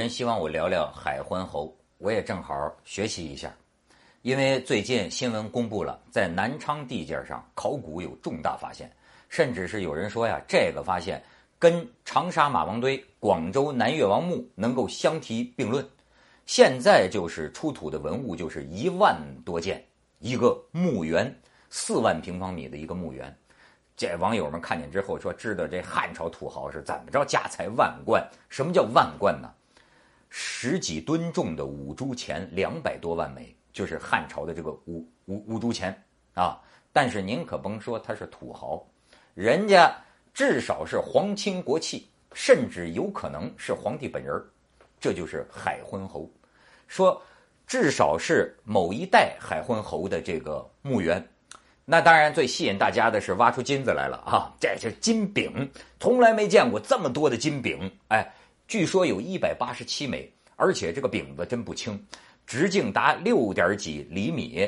人希望我聊聊海昏侯，我也正好学习一下。因为最近新闻公布了，在南昌地界上考古有重大发现，甚至是有人说呀，这个发现跟长沙马王堆、广州南越王墓能够相提并论。现在就是出土的文物就是1万多件，一个墓园，4万平方米的一个墓园。这网友们看见之后说，知道这汉朝土豪是怎么着家财万贯。什么叫万贯呢？10几吨重的五铢钱，200多万枚，就是汉朝的这个五铢钱啊。但是您可甭说他是土豪，人家至少是皇亲国戚，甚至有可能是皇帝本人，这就是海昏侯。说至少是某一代海昏侯的这个墓园。那当然最吸引大家的是挖出金子来了啊！这是金饼，从来没见过这么多的金饼。哎，据说有187枚，而且这个饼子真不轻，直径达6点几厘米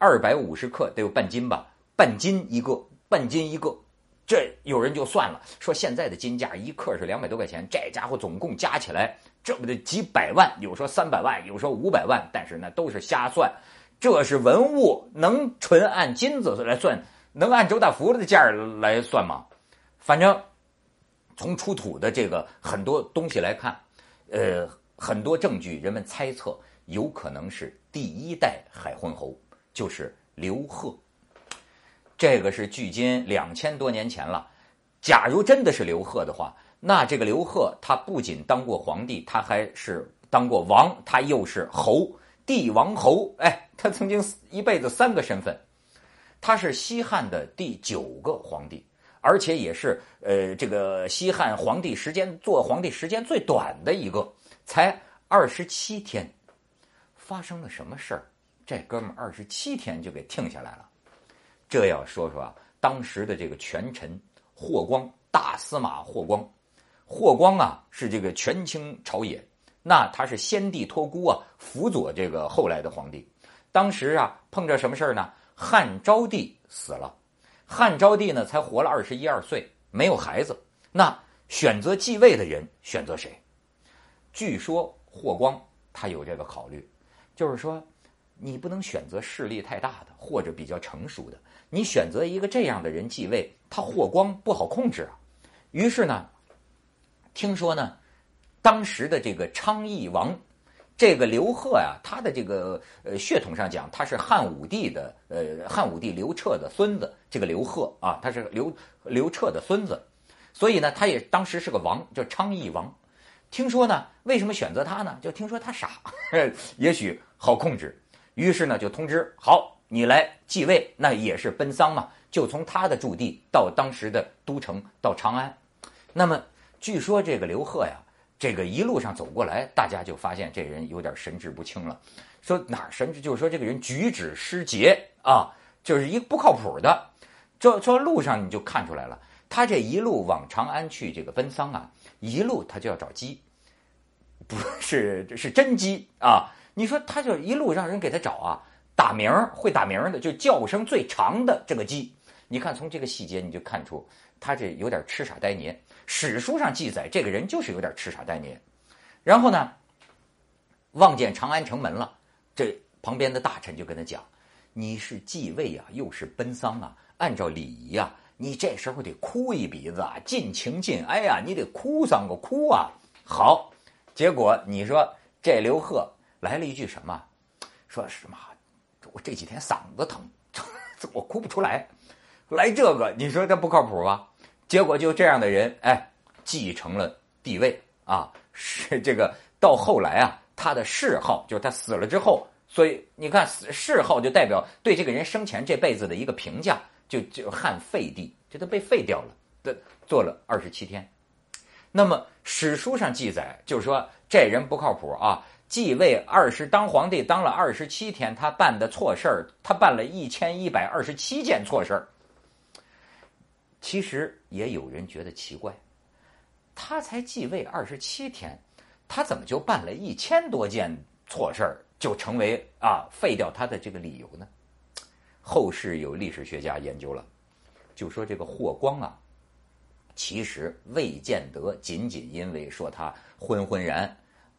，250克得有半斤吧，半斤一个。这有人就算了，说现在的金价1克是200多块钱，这家伙总共加起来这不得几百万，有说300万，有说500万，但是那都是瞎算。这是文物，能纯按金子来算，能按周大福的价来算吗？反正从出土的这个很多东西来看，很多证据人们猜测有可能是第1代海昏侯，就是刘贺。这个是距今2000多年前了。假如真的是刘贺的话，那这个刘贺他不仅当过皇帝，他还是当过王，他又是侯，帝王侯。哎，他曾经一辈子3个身份。他是西汉的第9个皇帝，而且也是这个西汉做皇帝时间最短的一个，才27天。发生了什么事儿？这哥们儿27天就给听下来了。这要说说啊，当时的这个权臣霍光，大司马霍光。霍光啊是这个权倾朝野，那他是先帝托孤啊，辅佐这个后来的皇帝。当时啊碰着什么事儿呢？汉昭帝死了，汉昭帝呢才活了21、22岁，没有孩子。那选择继位的人选择谁？据说霍光他有这个考虑，就是说你不能选择势力太大的或者比较成熟的，你选择一个这样的人继位，他霍光不好控制啊。于是呢，听说呢，当时的这个昌邑王，这个刘贺呀，他的这个血统上讲，他是汉武帝刘彻的孙子。这个刘贺啊，他是刘彻的孙子，所以呢，他也当时是个王，叫昌邑王。听说呢，为什么选择他呢？就听说他傻，也许好控制。于是呢，就通知好，你来继位，那也是奔丧嘛，就从他的驻地到当时的都城，到长安。那么据说这个刘贺呀，这个一路上走过来，大家就发现这人有点神志不清了。说哪儿神志？就是说这个人举止失节啊，就是一个不靠谱的。这路上你就看出来了，他这一路往长安去这个奔丧啊，一路他就要找鸡，不是真鸡啊。你说他就一路让人给他找啊，会打鸣的，就叫声最长的这个鸡。你看从这个细节你就看出他这有点痴傻呆捏。史书上记载这个人就是有点痴傻呆捏。然后呢，望见长安城门了，这旁边的大臣就跟他讲，你是继位啊，又是奔丧啊，按照礼仪啊，你这时候得哭一鼻子啊，尽情尽哀啊，你得哭丧个哭啊。好，结果你说这刘贺来了一句什么？说什么？我这几天嗓子疼，我哭不出来。来这个，你说他不靠谱吧？结果就这样的人，哎，继承了帝位啊。是这个到后来啊，他的谥号就是他死了之后，所以你看谥号就代表对这个人生前这辈子的一个评价，就汉废帝，这都被废掉了，做了27天。那么史书上记载，就是说这人不靠谱啊。继位当皇帝当了27天，他办的错事儿，他办了1127件错事儿。其实也有人觉得奇怪，他才继位27天，他怎么就办了1000多件错事儿，就成为废掉他的这个理由呢？后世有历史学家研究了，就说这个霍光啊，其实未见得仅仅因为说他昏然，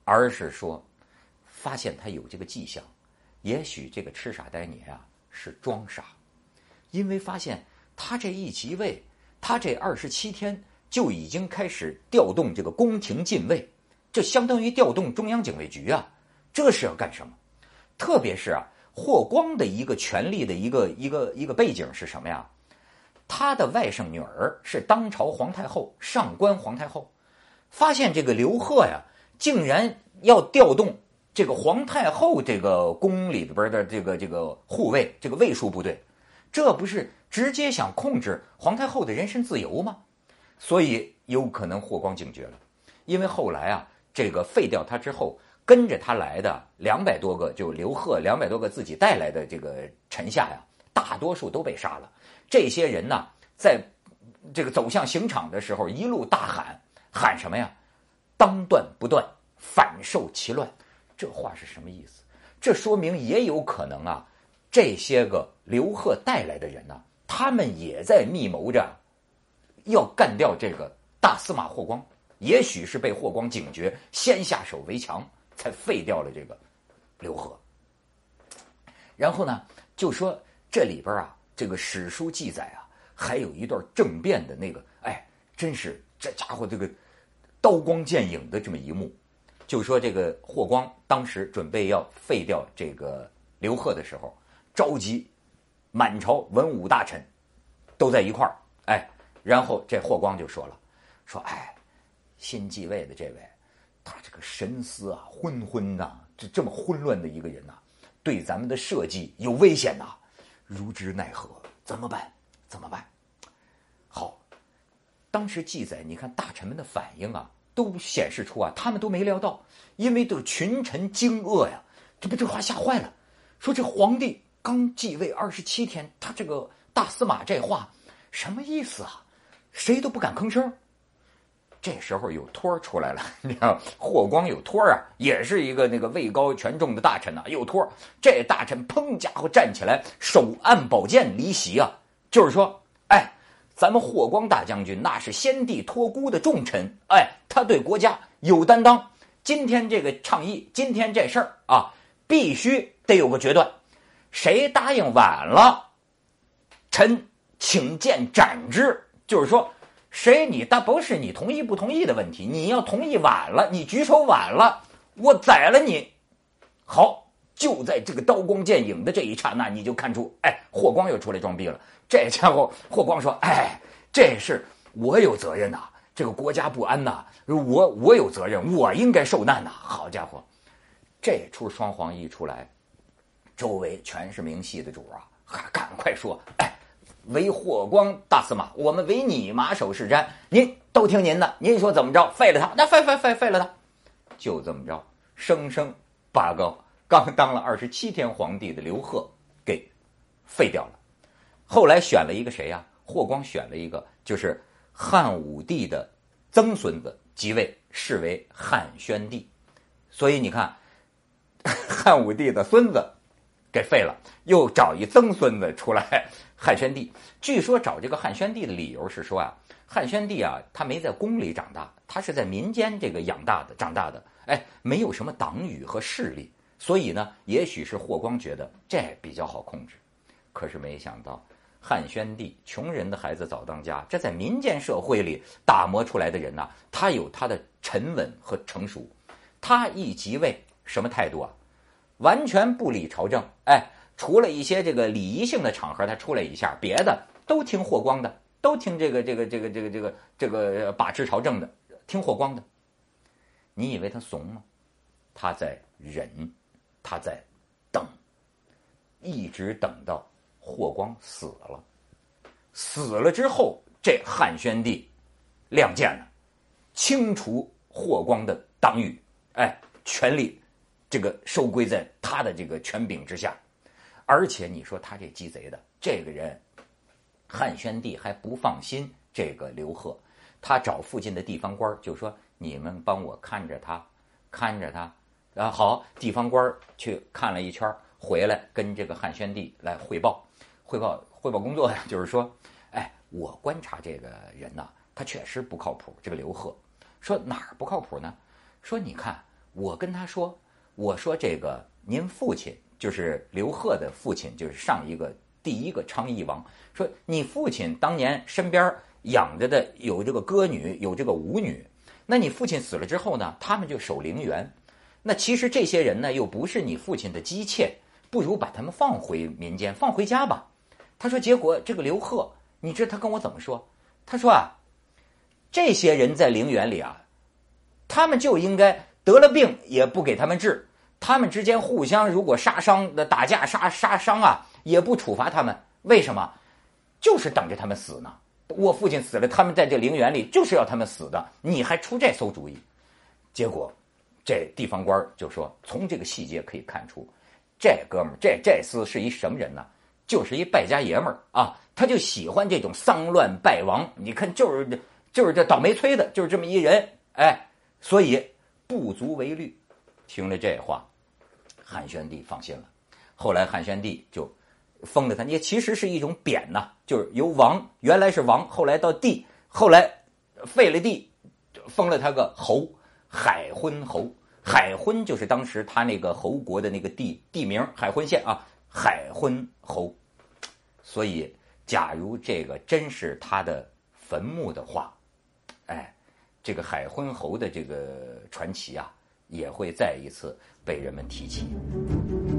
而是说发现他有这个迹象，也许这个痴傻呆捏啊是装傻，因为发现他这一即位，他这27天就已经开始调动这个宫廷禁卫，这相当于调动中央警卫局啊，这是要干什么？特别是啊，霍光的一个权力的一个背景是什么呀？他的外甥女儿是当朝皇太后，上官皇太后，发现这个刘贺呀，竟然要调动这个皇太后这个宫里边的这个护卫，这个卫戍部队，这不是直接想控制皇太后的人身自由吗？所以有可能霍光警觉了，因为后来啊，这个废掉他之后，跟着他来的200多个，就刘贺200多个自己带来的这个臣下呀，大多数都被杀了。这些人呢，在这个走向刑场的时候，一路大喊什么呀？当断不断，反受其乱。这话是什么意思？这说明也有可能啊，这些个刘贺带来的人呢，他们也在密谋着要干掉这个大司马霍光，也许是被霍光警觉，先下手为强，才废掉了这个刘贺。然后呢，就说这里边啊，这个史书记载啊，还有一段政变的那个，真是这家伙这个刀光剑影的这么一幕。就说这个霍光当时准备要废掉这个刘贺的时候，召集满朝文武大臣都在一块儿，然后这霍光就说了，新继位的这位，他这个神思啊昏昏呐，这么混乱的一个人呐，对咱们的社稷有危险呐，如之奈何？怎么办？好，当时记载，你看大臣们的反应啊，都显示出啊，他们都没料到，因为这群臣惊愕呀，这话吓坏了，说这皇帝刚继位27天，他这个大司马这话什么意思啊？谁都不敢吭声。这时候有托儿出来了，你知道，霍光有托儿啊，也是一个那个位高权重的大臣呐，有托儿。这大臣砰家伙站起来，手按宝剑离席啊，就是说，咱们霍光大将军那是先帝托孤的重臣，他对国家有担当。今天这个倡议，今天这事儿啊，必须得有个决断，谁答应晚了，臣请见斩之。就是说，他不是你同意不同意的问题，你要同意晚了，你举手晚了，我宰了你。好，就在这个刀光剑影的这一刹那，你就看出，霍光又出来装逼了。这家伙霍光说，这是我有责任呐，这个国家不安呐，我有责任，我应该受难呐。好家伙，这出双簧一出来，周围全是明戏的主啊，赶快说，唯霍光大司马，我们唯你马首是瞻，您都听您的，您说怎么着，废了他，那废了他，就这么着，生生把刚当了27天皇帝的刘贺给废掉了。后来选了一个谁呀？霍光选了一个，就是汉武帝的曾孙子即位，是为汉宣帝。所以你看，汉武帝的孙子给废了，又找一曾孙子出来，汉宣帝。据说找这个汉宣帝的理由是说啊，汉宣帝啊，他没在宫里长大，他是在民间这个长大的，没有什么党羽和势力，所以呢，也许是霍光觉得这比较好控制。可是没想到，汉宣帝穷人的孩子早当家，这在民间社会里打磨出来的人呐，他有他的沉稳和成熟。他一即位，什么态度啊？完全不理朝政，除了一些这个礼仪性的场合他出来一下，别的都听霍光的，都听这个把持朝政的，听霍光的。你以为他怂吗？他在忍，他在等，一直等到霍光死了。死了之后，这汉宣帝亮剑了，清除霍光的党羽，权力这个收归在他的这个权柄之下。而且你说他这鸡贼的这个人，汉宣帝还不放心这个刘贺，他找附近的地方官就说，你们帮我看着他。好，地方官去看了一圈，回来跟这个汉宣帝来汇报工作呀，就是说，我观察这个人呐，他确实不靠谱。这个刘贺说哪儿不靠谱呢？说你看我跟他说，我说这个您父亲就是刘贺的父亲，就是第一个昌邑王，说你父亲当年身边养着的有这个歌女，有这个舞女，那你父亲死了之后呢，他们就守陵园。那其实这些人呢，又不是你父亲的姬妾，不如把他们放回民间，放回家吧。他说，结果这个刘贺，你知道他跟我怎么说？他说啊，这些人在陵园里啊，他们就应该得了病也不给他们治，他们之间互相如果杀伤的打架杀伤啊，也不处罚他们。为什么？就是等着他们死呢。我父亲死了，他们在这陵园里就是要他们死的，你还出这馊主意。结果这地方官就说，从这个细节可以看出，这哥们儿这厮是一什么人呢？就是一败家爷们儿啊，他就喜欢这种丧乱败亡。你看，就是这倒霉催的，就是这么一人，哎，所以不足为虑。听了这话，汉宣帝放心了。后来汉宣帝就封了他，也其实是一种贬呐，就是由王，原来是王，后来到帝，后来废了帝，封了他个侯，海昏侯。海昏就是当时他那个侯国的那个地名，海昏县啊，海昏侯。所以假如这个真是他的坟墓的话，哎，这个海昏侯的这个传奇啊，也会再一次被人们提起。